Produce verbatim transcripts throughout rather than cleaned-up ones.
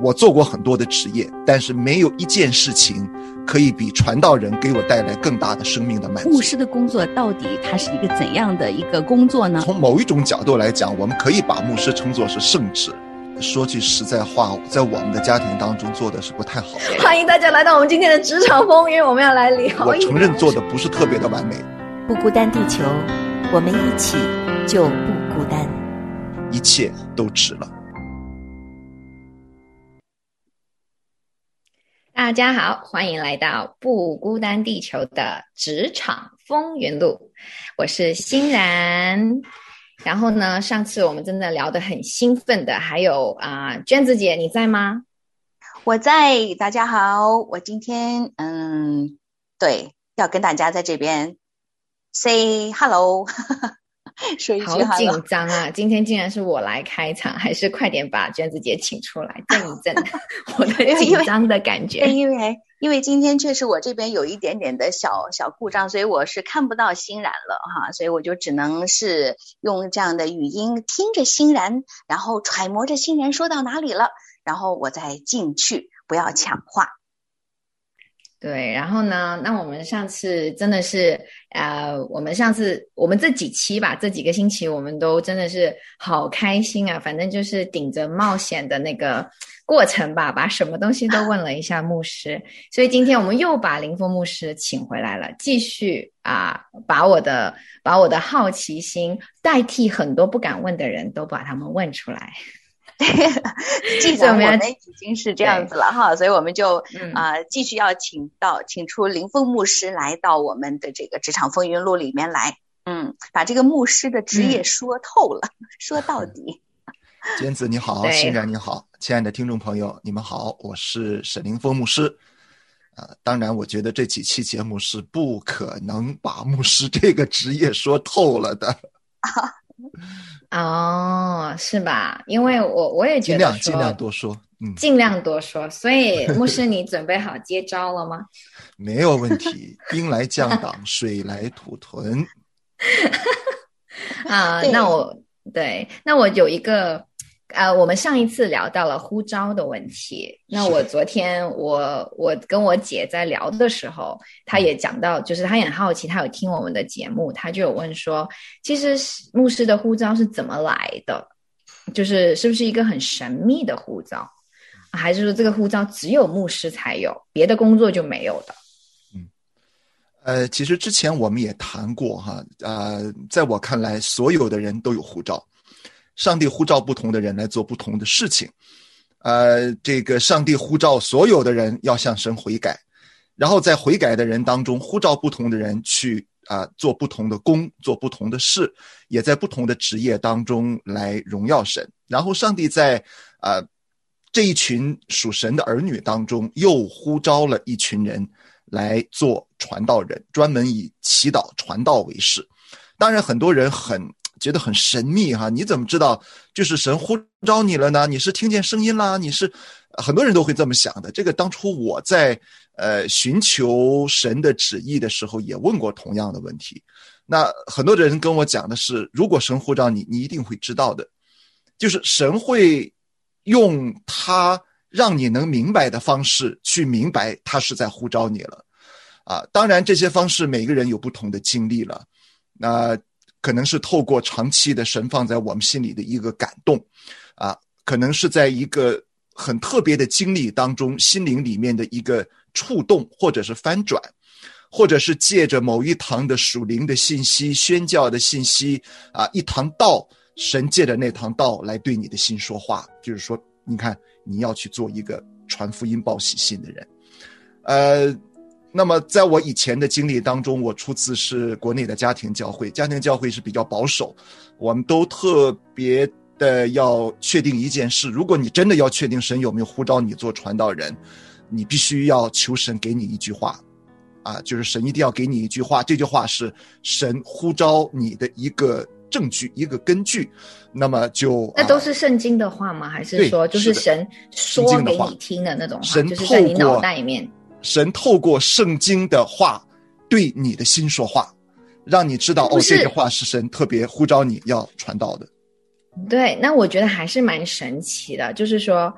我做过很多的职业，但是没有一件事情可以比传道人给我带来更大的生命的满足。 牧师的工作到底它是一个怎样的一个工作呢？ 从某一种角度来讲，我们可以把牧师称作是圣职。说句实在话，在我们的家庭当中做的是不太好的。 欢迎大家来到我们今天的职场风云，我们要来聊。 我承认做的不是特别的完美。 不孤单地球，我们一起就不孤单， 一切都值了。 大家好，欢迎来到不孤单地球的职场风云录，我是欣然。然后呢，上次我们真的聊得很兴奋的，还有啊、呃，娟子姐你在吗？ 我在，大家好，我今天嗯，对，要跟大家在这边 say hello 说一句 hello。 好紧张啊，今天竟然是我来开场，还是快点把娟子姐请出来震一震我的紧张的感觉。 因为因为今天确实我这边有一点点的小小故障，所以我是看不到欣然了哈，所以我就只能是用这样的语音听着欣然，然后揣摩着欣然说到哪里了，然后我再进去，不要抢话。 对，然后呢，那我们上次真的是呃，我们上次我们这几期吧，这几个星期我们都真的是好开心啊，反正就是顶着冒险的那个过程吧，把什么东西都问了一下牧师。所以今天我们又把林峰牧师请回来了，继续啊，把我的把我的好奇心代替很多不敢问的人都把他们问出来。 既然我们已经是这样子了哈，所以我们就啊、呃、继续要请到请出林峰牧师来到我们的这个职场风云录里面来，嗯，把这个牧师的职业说透了，嗯、说到底。 娟子你好，欣然你好，亲爱的听众朋友你们好，我是沈林峰牧师。呃，当然我觉得这几期节目是不可能把牧师这个职业说透了的。 哦，是吧？因为我我也觉得尽量尽量多说，嗯， 尽量多说。所以牧师，你准备好接招了吗？ 没有问题，兵来将挡，水来土屯。 啊，那我对，那我有一个。呃，我们上一次聊到了呼召的问题。那我昨天我我跟我姐在聊的时候，她也讲到，就是她也很好奇，她有听我们的节目，她就有问说，其实牧师的呼召是怎么来的？就是是不是一个很神秘的呼召，还是说这个呼召只有牧师才有，别的工作就没有的？ 嗯，呃，其实之前我们也谈过哈，呃，在我看来，所有的人都有呼召。上帝呼召不同的人来做不同的事情，呃，这个上帝呼召所有的人要向神悔改，然后在悔改的人当中呼召不同的人去啊、呃、做不同的工，做不同的事，也在不同的职业当中来荣耀神。然后上帝在啊、呃、这一群属神的儿女当中又呼召了一群人来做传道人，专门以祈祷传道为事。当然很多人很觉得很神秘哈，你怎么知道就是神呼召你了呢？你是听见声音啦？你是很多人都会这么想的。这个当初我在呃寻求神的旨意的时候也问过同样的问题。那很多人跟我讲的是，如果神呼召你，你一定会知道的，就是神会用他让你能明白的方式去明白他是在呼召你了啊。当然这些方式每个人有不同的经历了，那可能是透过长期的神放在我们心里的一个感动啊，可能是在一个很特别的经历当中心灵里面的一个触动或者是翻转，或者是借着某一堂的属灵的信息宣教的信息啊，一堂道，神借着那堂道来对你的心说话，就是说你看你要去做一个传福音报喜信的人。呃那么在我以前的经历当中，我出自是国内的家庭教会，家庭教会是比较保守，我们都特别的要确定一件事，如果你真的要确定神有没有呼召你做传道人，你必须要求神给你一句话啊，就是神一定要给你一句话，这句话是神呼召你的一个证据，一个根据。那么就那都是圣经的话吗？还是说就是神说给你听的那种话， 神就是在你脑袋里面神透过圣经的话对你的心说话，让你知道哦，这句话是神特别呼召你要传道的。 对，那我觉得还是蛮神奇的，就是说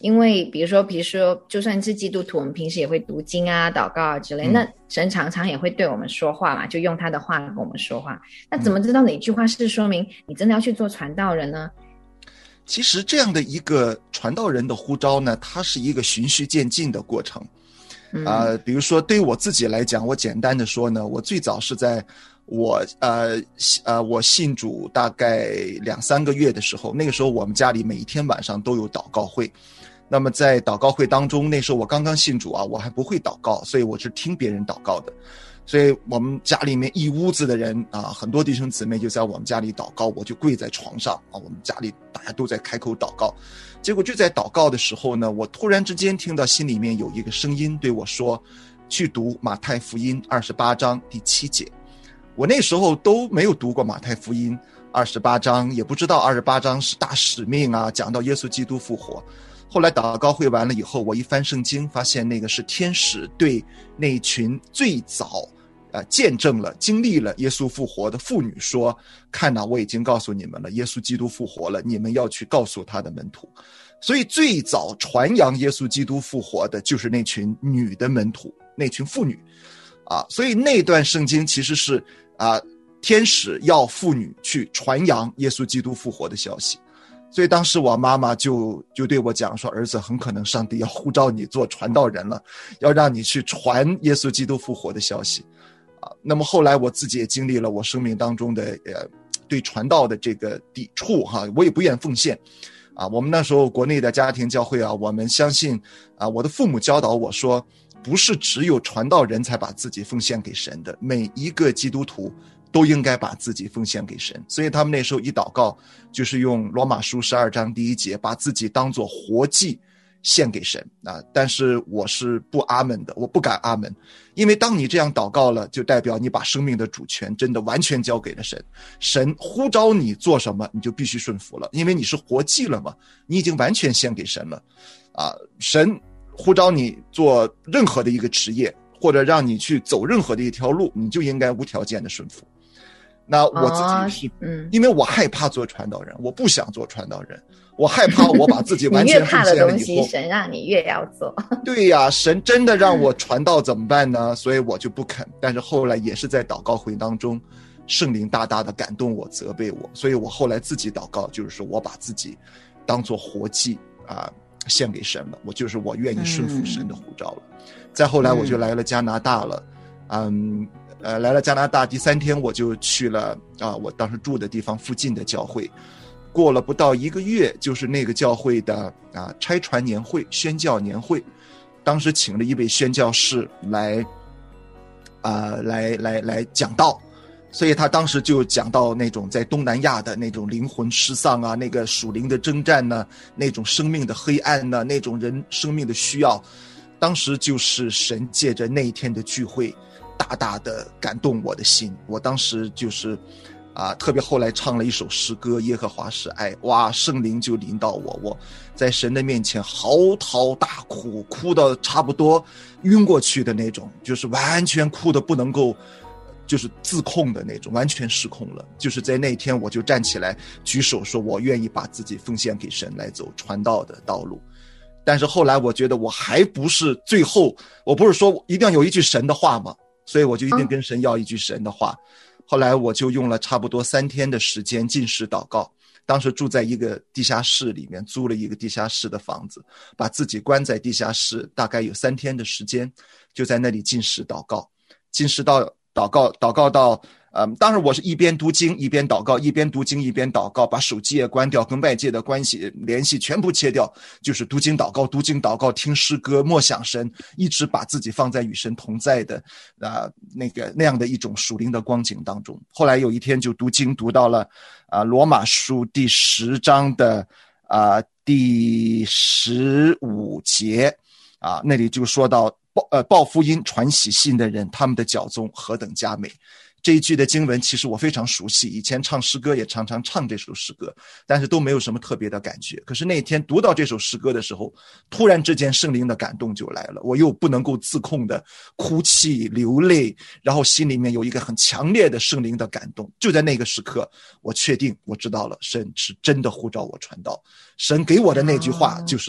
因为比如说比如说就算是基督徒，我们平时也会读经啊祷告啊之类、嗯、那神常常也会对我们说话嘛，就用他的话跟我们说话，那怎么知道哪句话是说明你真的要去做传道人呢？ 其实这样的一个传道人的呼召呢，它是一个循序渐进的过程。啊、呃，比如说对于我自己来讲，我简单的说呢，我最早是在我呃呃我信主大概两三个月的时候，那个时候我们家里每一天晚上都有祷告会。那么在祷告会当中，那时候我刚刚信主啊，我还不会祷告，所以我是听别人祷告的。所以我们家里面一屋子的人啊，很多弟兄姊妹就在我们家里祷告，我就跪在床上啊，我们家里大家都在开口祷告。结果就在祷告的时候呢，我突然之间听到心里面有一个声音对我说，去读马太福音二十八章第七节。我那时候都没有读过马太福音二十八章，也不知道二十八章是大使命啊，讲到耶稣基督复活。后来祷告会完了以后，我一翻圣经，发现那个是天使对那群最早呃见证了经历了耶稣复活的妇女说，看哪，我已经告诉你们了，耶稣基督复活了，你们要去告诉他的门徒。所以最早传扬耶稣基督复活的就是那群女的门徒，那群妇女啊，所以那段圣经其实是啊，天使要妇女去传扬耶稣基督复活的消息。所以当时我妈妈就就对我讲说，儿子，很可能上帝要呼召你做传道人了，要让你去传耶稣基督复活的消息啊。那么后来我自己也经历了我生命当中的呃对传道的这个抵触哈，我也不愿奉献啊。我们那时候国内的家庭教会啊，我们相信啊，我的父母教导我说，不是只有传道人才把自己奉献给神的，每一个基督徒都应该把自己奉献给神。所以他们那时候一祷告就是用罗马书十二章第一节，把自己当作活祭献给神啊。但是我是不阿门的，我不敢阿门，因为当你这样祷告了，就代表你把生命的主权真的完全交给了神，神呼召你做什么你就必须顺服了，因为你是活祭了嘛，你已经完全献给神了啊。神呼召你做任何的一个职业，或者让你去走任何的一条路，你就应该无条件的顺服。那我自己是、哦嗯、因为我害怕做传道人，我不想做传道人，我害怕我把自己完全奉献了以后你越怕的东西神让你越要做。 对呀，神真的让我传道怎么办呢？所以我就不肯。但是后来也是在祷告会当中，圣灵大大的感动我，责备我，所以我后来自己祷告，就是说我把自己当作活祭啊献给神了，我就是我愿意顺服神的呼召了、嗯、再后来我就来了加拿大了。嗯呃，来了加拿大第三天我就去了啊，我当时住的地方附近的教会。过了不到一个月，就是那个教会的啊差传年会、宣教年会，当时请了一位宣教士来啊来来来讲道。所以他当时就讲到那种在东南亚的那种灵魂失丧啊，那个属灵的征战呢，那种生命的黑暗呢，那种人生命的需要。当时就是神借着那一天的聚会大大的感动我的心。我当时就是啊，特别后来唱了一首诗歌，耶和华是爱，哇，圣灵就临到我，我在神的面前嚎啕大哭，哭到差不多晕过去的那种，就是完全哭得不能够就是自控的那种，完全失控了。就是在那天我就站起来举手说，我愿意把自己奉献给神，来走传道的道路。但是后来我觉得我还不是最后，我不是说一定要有一句神的话吗？所以我就一定跟神要一句神的话。后来我就用了差不多三天的时间禁食祷告，当时住在一个地下室里面，租了一个地下室的房子，把自己关在地下室，大概有三天的时间，就在那里禁食祷告，禁食到祷告祷告到嗯，当然我是一边读经一边祷告，一边读经一边祷告，把手机也关掉，跟外界的关系联系全部切掉，就是读经祷告读经祷告，听诗歌，默想神，一直把自己放在与神同在的啊、呃、那个那样的一种属灵的光景当中。后来有一天就读经读到了啊、呃、罗马书第十章的啊、呃、第十五节啊，那里就说到报呃报福音传喜信的人，他们的脚踪何等佳美。这一句的经文其实我非常熟悉，以前唱诗歌也常常唱这首诗歌，但是都没有什么特别的感觉。可是那天读到这首诗歌的时候，突然之间圣灵的感动就来了，我又不能够自控的哭泣流泪，然后心里面有一个很强烈的圣灵的感动。就在那个时刻，我确定我知道了神是真的呼召我传道，神给我的那句话就是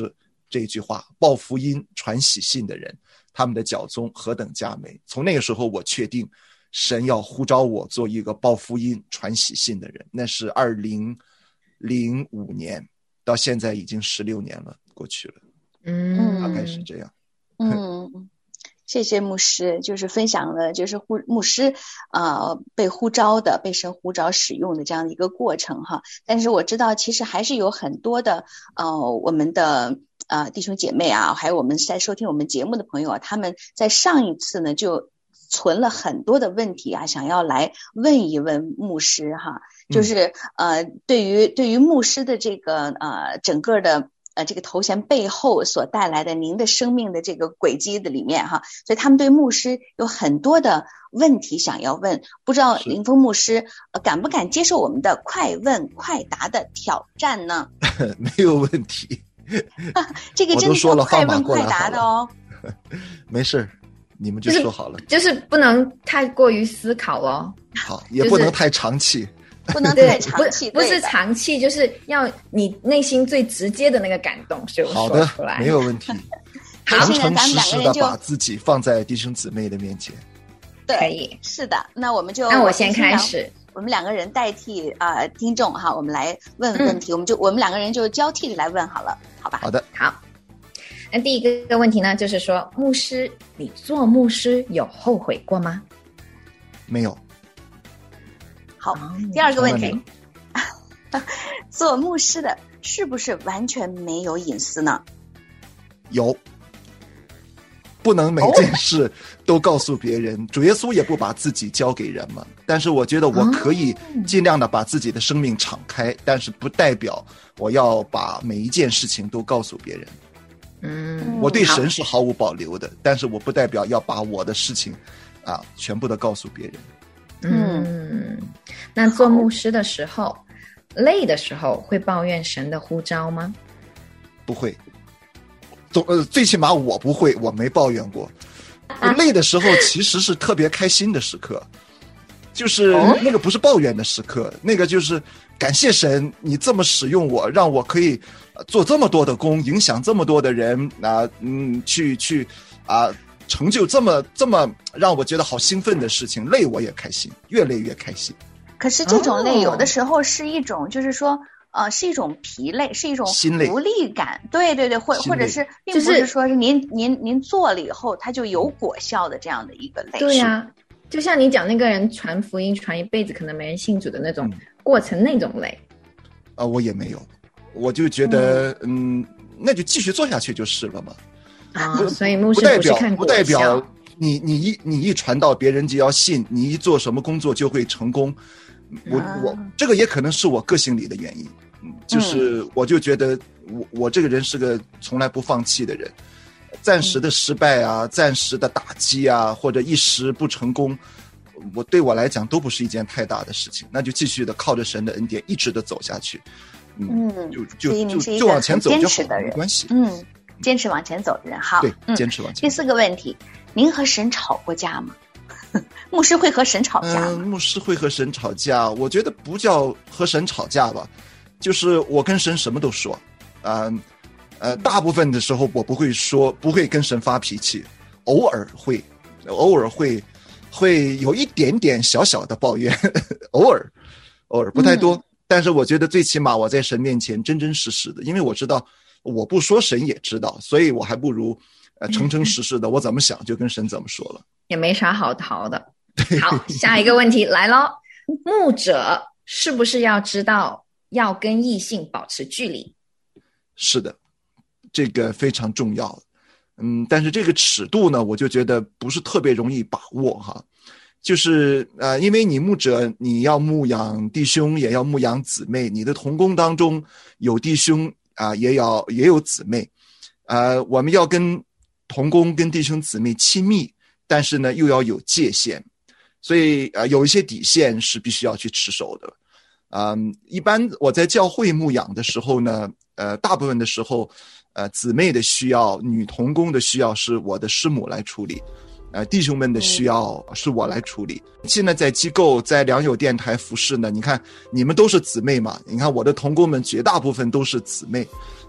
这一句话，报福音传喜信的人，他们的脚踪何等佳美。从那个时候我确定神要呼召我做一个报福音传喜信的人，那是二零零五年，到现在已经十六年了，过去了。 嗯， 大概是这样。 嗯，谢谢牧师，就是分享了就是呼牧师呃被呼召的被神呼召使用的这样的一个过程哈。但是我知道其实还是有很多的呃我们的呃弟兄姐妹啊，还有我们在收听我们节目的朋友啊，他们在上一次呢就存了很多的问题啊，想要来问一问牧师哈。就是呃对于对于牧师的这个呃整个的呃，这个头衔背后所带来的您的生命的这个轨迹的里面哈，所以他们对牧师有很多的问题想要问，不知道林峰牧师、呃、敢不敢接受我们的快问快答的挑战呢？ 没有问题、 啊、这个真的是快问快答的哦。 没事，你们就说好了、 就是、就是不能太过于思考哦， 好，也不能太长气， 不能太长气， 不是长气，就是要你内心最直接的那个感动就说出来。 好的，没有问题。诚诚实实的把自己放在弟兄姊妹的面前。 对， 可以， 是的。那我们就那我先开始， 我们两个人代替啊、呃、听众哈，我们来问问题、嗯，我们就我们两个人就交替的来问好了，好吧？ 好的， 好。那第一个问题呢，就是说，牧师，你做牧师有后悔过吗？ 没有。 好，第二个问题，做牧师的是不是完全没有隐私呢？ 有，不能每件事都告诉别人、哦、主耶稣也不把自己交给人嘛，但是我觉得我可以尽量的把自己的生命敞开、哦、但是不代表我要把每一件事情都告诉别人。 嗯， 我对神是毫无保留的，但是我不代表要把我的事情啊全部的告诉别人。 嗯，那做牧师的时候累的时候会抱怨神的呼召吗？ 不会，总呃最起码我不会，我没抱怨过。累的时候其实是特别开心的时刻，就是那个不是抱怨的时刻，那个就是感谢神你这么使用我，让我可以做这么多的工，影响这么多的人啊，嗯，去去啊。成就这么这么让我觉得好兴奋的事情，累我也开心，越累越开心。 可是这种累有的时候是一种、哦、就是说呃是一种疲累，是一种无力感。对对对，或或者是并不是说是您、就是、您您做了以后它就有果效的这样的一个累。 对呀、啊，就像你讲那个人传福音传一辈子可能没人信主的那种过程、嗯、那种累。 啊、呃，我也没有，我就觉得 嗯, 嗯那就继续做下去就是了嘛。 啊、哦，所以牧师不是看不代表你你一你一传道别人就要信，你一做什么工作就会成功。我、啊、我这个也可能是我个性里的原因，就是我就觉得我我这个人是个从来不放弃的人，暂时的失败啊、嗯、暂时的打击啊，或者一时不成功，我对我来讲都不是一件太大的事情，那就继续的靠着神的恩典一直的走下去。嗯，嗯就就就就往前走就好，没关系。 嗯。坚持往前走的人，好， 对，坚持往前走、 嗯。第四个问题，您和神吵过架吗？牧师会和神吵架吗？ 嗯，牧师会和神吵架，我觉得不叫和神吵架吧，就是我跟神什么都说，呃，呃，大部分的时候我不会说，不会跟神发脾气，偶尔会，偶尔会，会有一点点小小的抱怨，偶尔，偶尔不太多、嗯，但是我觉得最起码我在神面前真真实实的，因为我知道。我不说神也知道，所以我还不如呃诚诚实实的，我怎么想就跟神怎么说了， 也没啥好逃的。好，下一个问题来咯，牧者是不是要知道要跟异性保持距离？ 是的，这个非常重要。嗯，但是这个尺度呢，我就觉得不是特别容易把握哈。就是呃，因为你牧者你要牧养弟兄，也要牧养姊妹，你的同工当中有弟兄。啊，也要也有姊妹，呃，我们要跟同工、跟弟兄姊妹亲密，但是呢，又要有界限，所以呃，有一些底线是必须要去持守的。嗯，一般我在教会牧养的时候呢，呃，大部分的时候，呃，姊妹的需要、女同工的需要是我的师母来处理，呃，弟兄们的需要是我来处理。现在在机构在良友电台服侍呢，你看你们都是姊妹嘛，你看我的同工们绝大部分都是姊妹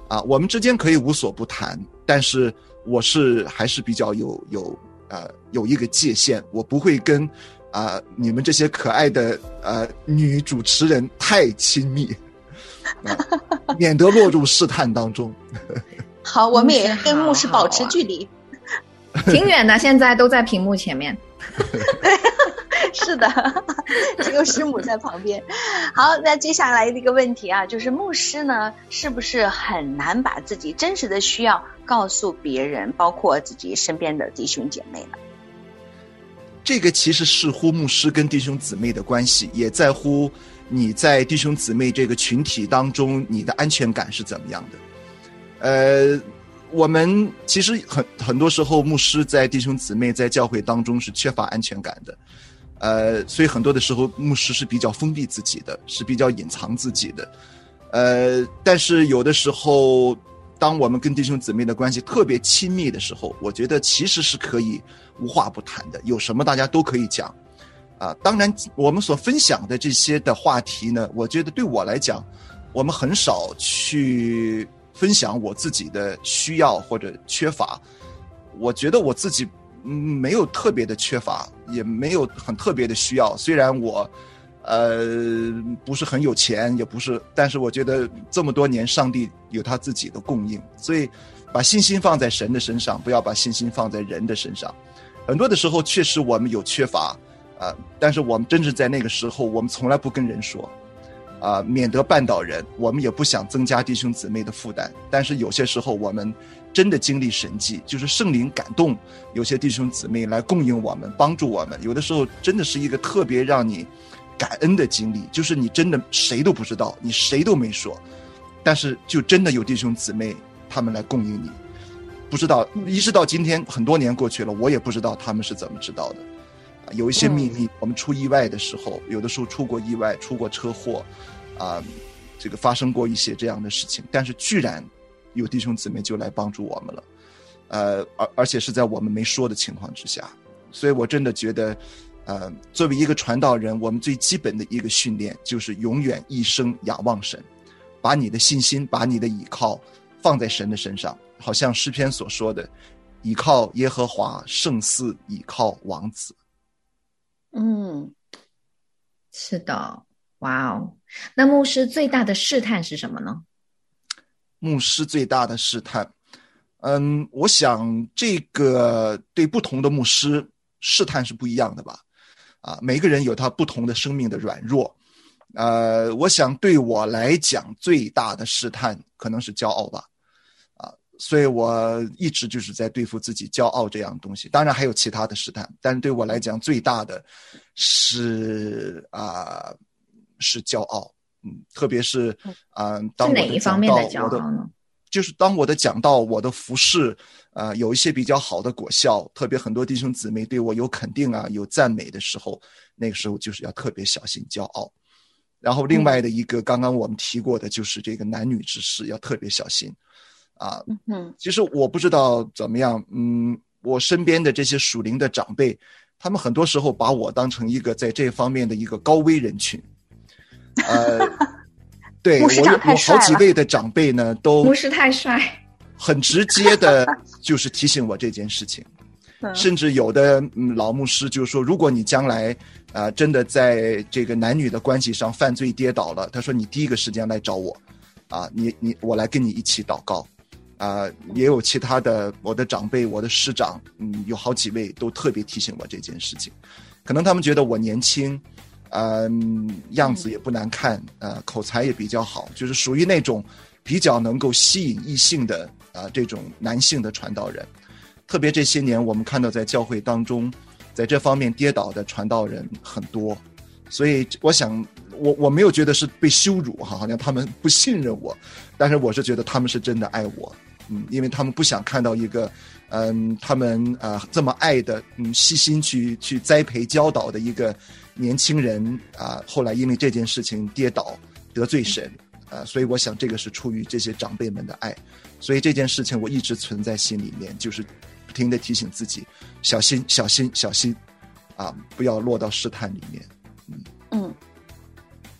啊，我们之间可以无所不谈，但是我是还是比较有有呃有一个界限，我不会跟啊、呃、你们这些可爱的呃女主持人太亲密，啊、免得落入试探当中。 好，我们也跟牧师保持距离， 挺远的，现在都在屏幕前面。 是的，只有师母在旁边。好，那接下来的一个问题啊，就是牧师呢，是不是很难把自己真实的需要告诉别人，包括自己身边的弟兄姐妹呢？ 这个其实视乎牧师跟弟兄姊妹的关系，也在乎你在弟兄姊妹这个群体当中，你的安全感是怎么样的。呃，我们其实很很多时候，牧师在弟兄姊妹在教会当中是缺乏安全感的，呃，所以很多的时候，牧师是比较封闭自己的，是比较隐藏自己的，呃，但是有的时候，当我们跟弟兄姊妹的关系特别亲密的时候，我觉得其实是可以无话不谈的，有什么大家都可以讲，啊，当然我们所分享的这些的话题呢，我觉得对我来讲，我们很少去分享我自己的需要或者缺乏，我觉得我自己嗯没有特别的缺乏，也没有很特别的需要。虽然我呃不是很有钱，也不是，但是我觉得这么多年上帝有他自己的供应，所以把信心放在神的身上，不要把信心放在人的身上。很多的时候确实我们有缺乏啊、呃，但是我们真是在那个时候，我们从来不跟人说。啊、呃，免得绊倒人，我们也不想增加弟兄姊妹的负担。但是有些时候，我们真的经历神迹，就是圣灵感动有些弟兄姊妹来供应我们，帮助我们。有的时候真的是一个特别让你感恩的经历，就是你真的谁都不知道，你谁都没说，但是就真的有弟兄姊妹他们来供应你。不知道，一直到今天很多年过去了，我也不知道他们是怎么知道的。有一些秘密，我们出意外的时候，有的时候出过意外，出过车祸，啊、呃，这个发生过一些这样的事情，但是居然有弟兄姊妹就来帮助我们了，呃，而而且是在我们没说的情况之下，所以我真的觉得，呃，作为一个传道人，我们最基本的一个训练就是永远一生仰望神，把你的信心，把你的倚靠放在神的身上，好像诗篇所说的，倚靠耶和华胜似倚靠王子。 嗯， 是的，哇哦！那牧师最大的试探是什么呢？ 牧师最大的试探，嗯，我想这个对不同的牧师试探是不一样的吧，啊，每个人有他不同的生命的软弱，呃，我想对我来讲最大的试探可能是骄傲吧，啊，所以我一直就是在对付自己骄傲这样的东西，当然还有其他的试探，但是对我来讲最大的是啊、呃、是骄傲，嗯，特别是啊、呃，当我的是哪一方面的骄傲呢？ 就是当我的讲道，我的服事，呃，有一些比较好的果效，特别很多弟兄姊妹对我有肯定啊，有赞美的时候，那个时候就是要特别小心骄傲。然后另外的一个，嗯、刚刚我们提过的，就是这个男女之事要特别小心。啊，嗯，其实我不知道怎么样，嗯，我身边的这些属灵的长辈，他们很多时候把我当成一个在这方面的一个高危人群，呃，对我有我好几位的长辈呢，都牧师太帅， 很直接的，就是提醒我这件事情，甚至有的、嗯、老牧师就说，如果你将来啊、呃、真的在这个男女的关系上犯罪跌倒了，他说你第一个时间来找我，啊，你你我来跟你一起祷告。啊、呃，也有其他的我的长辈，我的师长，嗯，有好几位都特别提醒我这件事情。可能他们觉得我年轻，嗯、呃，样子也不难看，呃，口才也比较好，就是属于那种比较能够吸引异性的啊、呃、这种男性的传道人。特别这些年，我们看到在教会当中，在这方面跌倒的传道人很多，所以我想。我我没有觉得是被羞辱哈，好像他们不信任我，但是我是觉得他们是真的爱我，嗯，因为他们不想看到一个，嗯，他们呃这么爱的，嗯，细心去去栽培教导的一个年轻人啊、呃，后来因为这件事情跌倒得罪神，啊、呃，所以我想这个是出于这些长辈们的爱，所以这件事情我一直存在心里面，就是不停地提醒自己，小心小心小心，啊，不要落到试探里面，嗯嗯。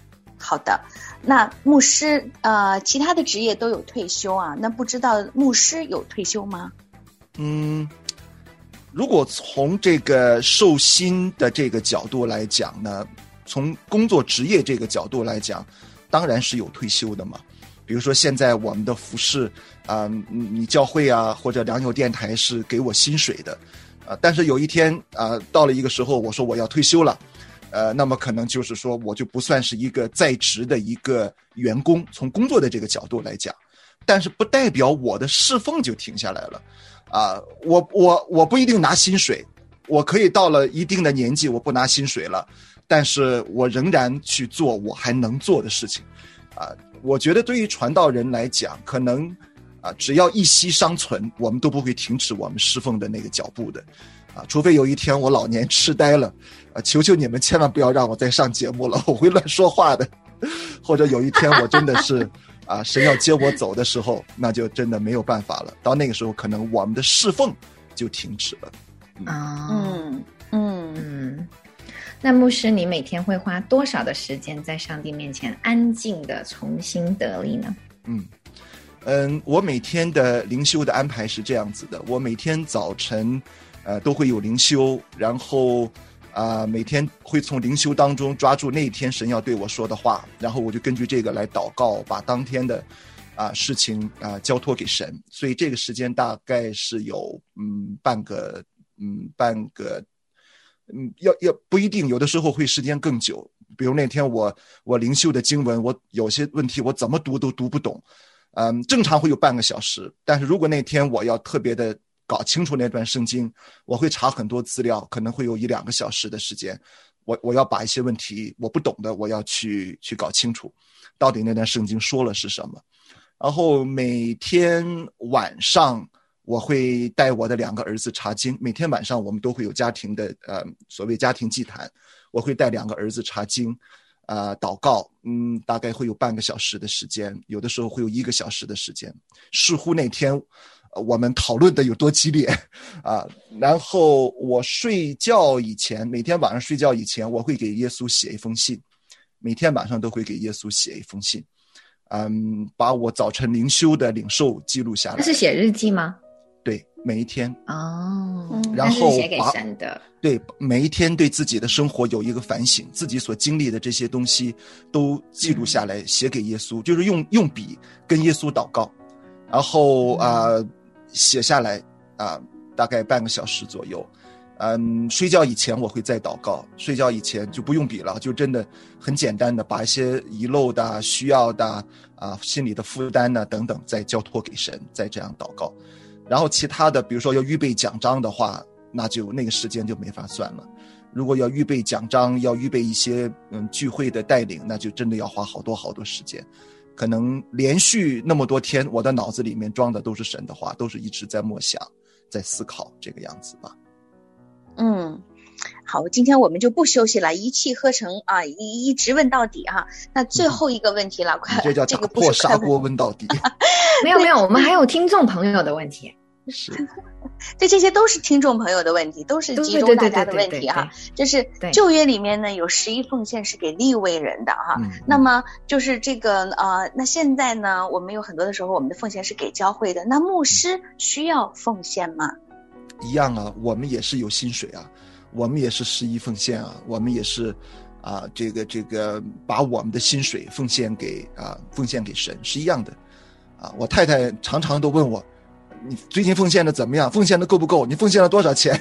好的，那牧师呃，其他的职业都有退休啊，那不知道牧师有退休吗？ 嗯，如果从这个受薪的这个角度来讲呢，从工作职业这个角度来讲，当然是有退休的嘛。比如说现在我们的服侍啊、呃，你教会啊或者良友电台是给我薪水的啊、呃，但是有一天啊、呃，到了一个时候，我说我要退休了。呃，那么可能就是说，我就不算是一个在职的一个员工，从工作的这个角度来讲，但是不代表我的侍奉就停下来了，啊、呃，我我我不一定拿薪水，我可以到了一定的年纪，我不拿薪水了，但是我仍然去做我还能做的事情，啊、呃，我觉得对于传道人来讲，可能啊、呃，只要一息尚存，我们都不会停止我们侍奉的那个脚步的。啊，除非有一天我老年痴呆了，啊，求求你们千万不要让我再上节目了，我会乱说话的。或者有一天我真的是啊，神要接我走的时候，那就真的没有办法了。到那个时候，可能我们的侍奉就停止了。 啊， 嗯嗯嗯。那牧师，你每天会花多少的时间在上帝面前安静的重新得力呢？ 嗯嗯，我每天的灵修的安排是这样子的，我每天早晨。呃，都会有灵修，然后啊、呃，每天会从灵修当中抓住那一天神要对我说的话，然后我就根据这个来祷告，把当天的啊、呃、事情啊、呃、交托给神。所以这个时间大概是有嗯半个嗯半个嗯要要不一定，有的时候会时间更久。比如那天我我灵修的经文，我有些问题我怎么读都读不懂，嗯，正常会有半个小时，但是如果那天我要特别的搞清楚那段圣经，我会查很多资料，可能会有一两个小时的时间。我我要把一些问题我不懂的，我要去去搞清楚，到底那段圣经说了是什么。然后每天晚上我会带我的两个儿子查经，每天晚上我们都会有家庭的呃所谓家庭祭坛，我会带两个儿子查经，呃祷告，嗯，大概会有半个小时的时间，有的时候会有一个小时的时间，视乎那天。我们讨论的有多激烈啊！然后我睡觉以前，每天晚上睡觉以前，我会给耶稣写一封信，每天晚上都会给耶稣写一封信，嗯，把我早晨灵修的领受记录下来。 那是写日记吗？ 对，每一天哦， 然后写给神的。 对，每一天对自己的生活有一个反省，自己所经历的这些东西都记录下来，写给耶稣，就是用用笔跟耶稣祷告，然后啊。呃写下来啊，大概半个小时左右。嗯，睡觉以前我会再祷告，睡觉以前就不用笔了，就真的很简单的把一些遗漏的、需要的啊、心理的负担呢等等，再交托给神，再这样祷告。然后其他的，比如说要预备讲章的话，那就那个时间就没法算了。如果要预备讲章，要预备一些嗯聚会的带领，那就真的要花好多好多时间。可能连续那么多天，我的脑子里面装的都是神的话，都是一直在默想，在思考这个样子吧。 嗯，好，今天我们就不休息了，一气呵成啊，一一直问到底哈、啊。那最后一个问题了，嗯、快， 这叫打破砂锅问到底。 没有没有，我们还有听众朋友的问题。 是， 对，这些都是听众朋友的问题，都是集中大家的问题哈。就是旧约里面呢，有十一奉献是给利未人的哈。 嗯、 那么就是这个呃，那现在呢，我们有很多的时候，我们的奉献是给教会的。那牧师需要奉献吗？ 一样啊，我们也是有薪水啊，我们也是十一奉献啊，我们也是啊，这个这个把我们的薪水奉献给啊，奉献给神是一样的啊。我太太常常都问我。你最近奉献的怎么样？奉献的够不够？你奉献了多少钱？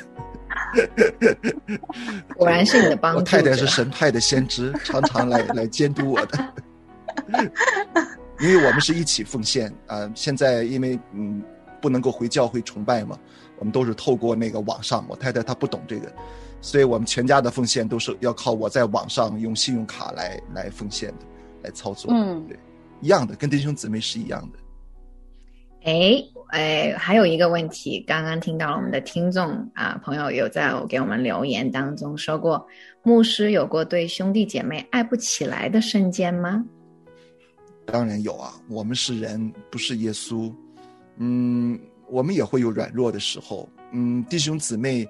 果然是你的帮助。 我太太是神派的先知，常常来来监督我的。因为我们是一起奉献啊、呃，现在因为嗯不能够回教会崇拜嘛，我们都是透过那个网上。我太太她不懂这个，所以我们全家的奉献都是要靠我在网上用信用卡来来奉献的，来操作。 嗯， 对，一样的，跟弟兄姊妹是一样的。 哎哎，还有一个问题，刚刚听到了我们的听众啊朋友有在给我们留言当中说过，牧师有过对兄弟姐妹爱不起来的瞬间吗？ 当然有啊，我们是人，不是耶稣。嗯，我们也会有软弱的时候。嗯，弟兄姊妹，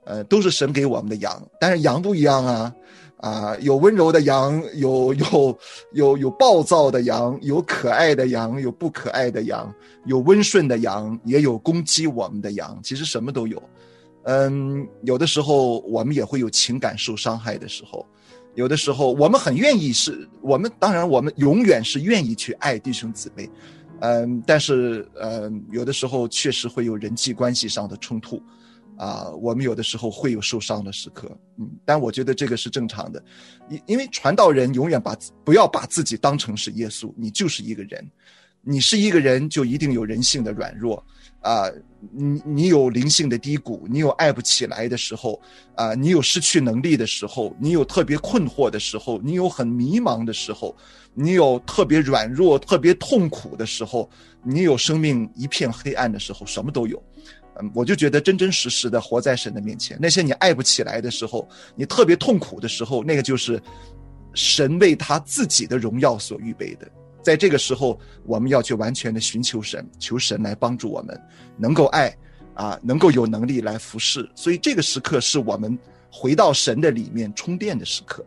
呃，都是神给我们的羊，但是羊不一样啊。啊，有温柔的羊，有有有有暴躁的羊，有可爱的羊，有不可爱的羊，有温顺的羊，也有攻击我们的羊，其实什么都有。嗯，有的时候我们也会有情感受伤害的时候，有的时候我们很愿意是，我们当然我们永远是愿意去爱弟兄姊妹，嗯，但是嗯，有的时候确实会有人际关系上的冲突。啊，我们有的时候会有受伤的时刻，嗯，但我觉得这个是正常的，因因为传道人永远把不要把自己当成是耶稣，你就是一个人，你是一个人就一定有人性的软弱，啊，你你有灵性的低谷，你有爱不起来的时候，啊，你有失去能力的时候，你有特别困惑的时候，你有很迷茫的时候，你有特别软弱、特别痛苦的时候，你有生命一片黑暗的时候，什么都有。嗯，我就觉得真真实实的活在神的面前，那些你爱不起来的时候，你特别痛苦的时候，那个就是神为他自己的荣耀所预备的。在这个时候，我们要去完全的寻求神，求神来帮助我们能够爱啊，能够有能力来服侍。所以这个时刻是我们回到神的里面充电的时刻。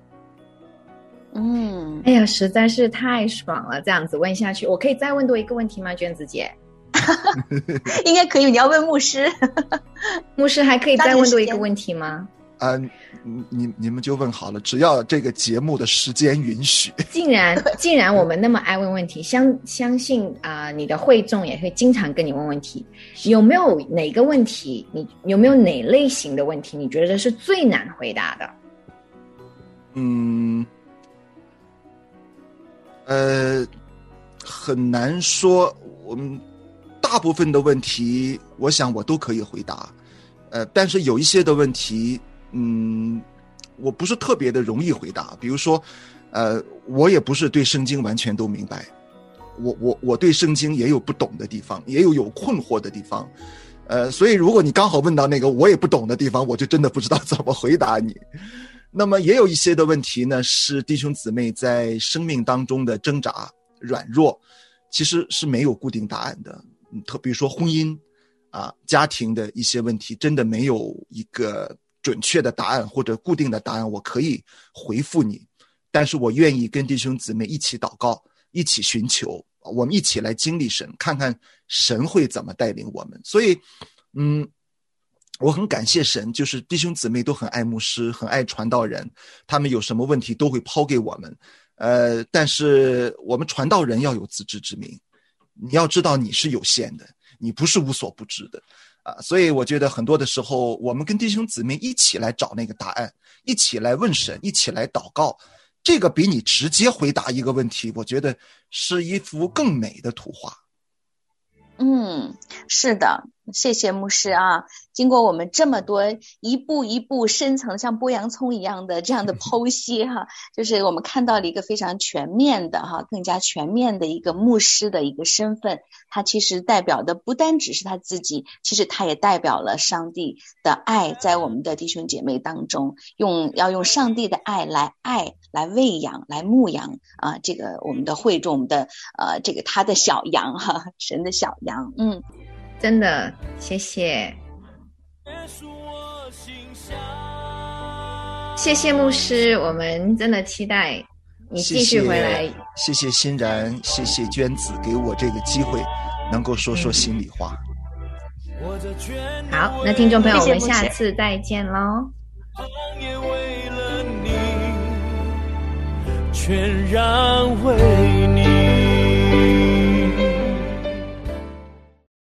嗯，哎呀，实在是太爽了！这样子问下去，我可以再问多一个问题吗，娟子姐？ 应该可以，你要问牧师。 牧师还可以再问多一个问题吗？ 啊、呃，你你们就问好了，只要这个节目的时间允许。 既然既然我们那么爱问问题，相相信啊、呃，你的会众也会经常跟你问问题。有没有哪个问题，你有没有哪类型的问题，你觉得是最难回答的？ 嗯，呃，很难说。我们大部分的问题，我想我都可以回答。呃，但是有一些的问题，嗯，我不是特别的容易回答。比如说，呃，我也不是对圣经完全都明白，我我我对圣经也有不懂的地方，也有有困惑的地方。呃，所以如果你刚好问到那个我也不懂的地方，我就真的不知道怎么回答你。那么也有一些的问题呢，是弟兄姊妹在生命当中的挣扎、软弱，其实是没有固定答案的。特比如说婚姻啊、家庭的一些问题，真的没有一个准确的答案或者固定的答案，我可以回复你。但是我愿意跟弟兄姊妹一起祷告，一起寻求，我们一起来经历神，看看神会怎么带领我们。所以，嗯。我很感谢神，就是弟兄姊妹都很爱牧师，很爱传道人，他们有什么问题都会抛给我们。呃，但是我们传道人要有自知之明，你要知道你是有限的，你不是无所不知的啊。所以我觉得很多的时候，我们跟弟兄姊妹一起来找那个答案，一起来问神，一起来祷告，这个比你直接回答一个问题，我觉得是一幅更美的图画。 嗯，是的，谢谢牧师啊。经过我们这么多一步一步深层像剥洋葱一样的这样的剖析哈，就是我们看到了一个非常全面的哈，更加全面的一个牧师的一个身份。他其实代表的不单只是他自己，其实他也代表了上帝的爱在我们的弟兄姐妹当中，用要用上帝的爱来爱，来喂养，来牧养啊、呃，这个我们的会众，我们的呃这个他的小羊哈，神的小羊。嗯， 真的谢谢谢谢牧师，我们真的期待你继续回来。 谢谢, 谢谢欣然，谢谢娟子给我这个机会能够说说心里话、 嗯、好，那听众朋友，我们下次再见咯。 全然为你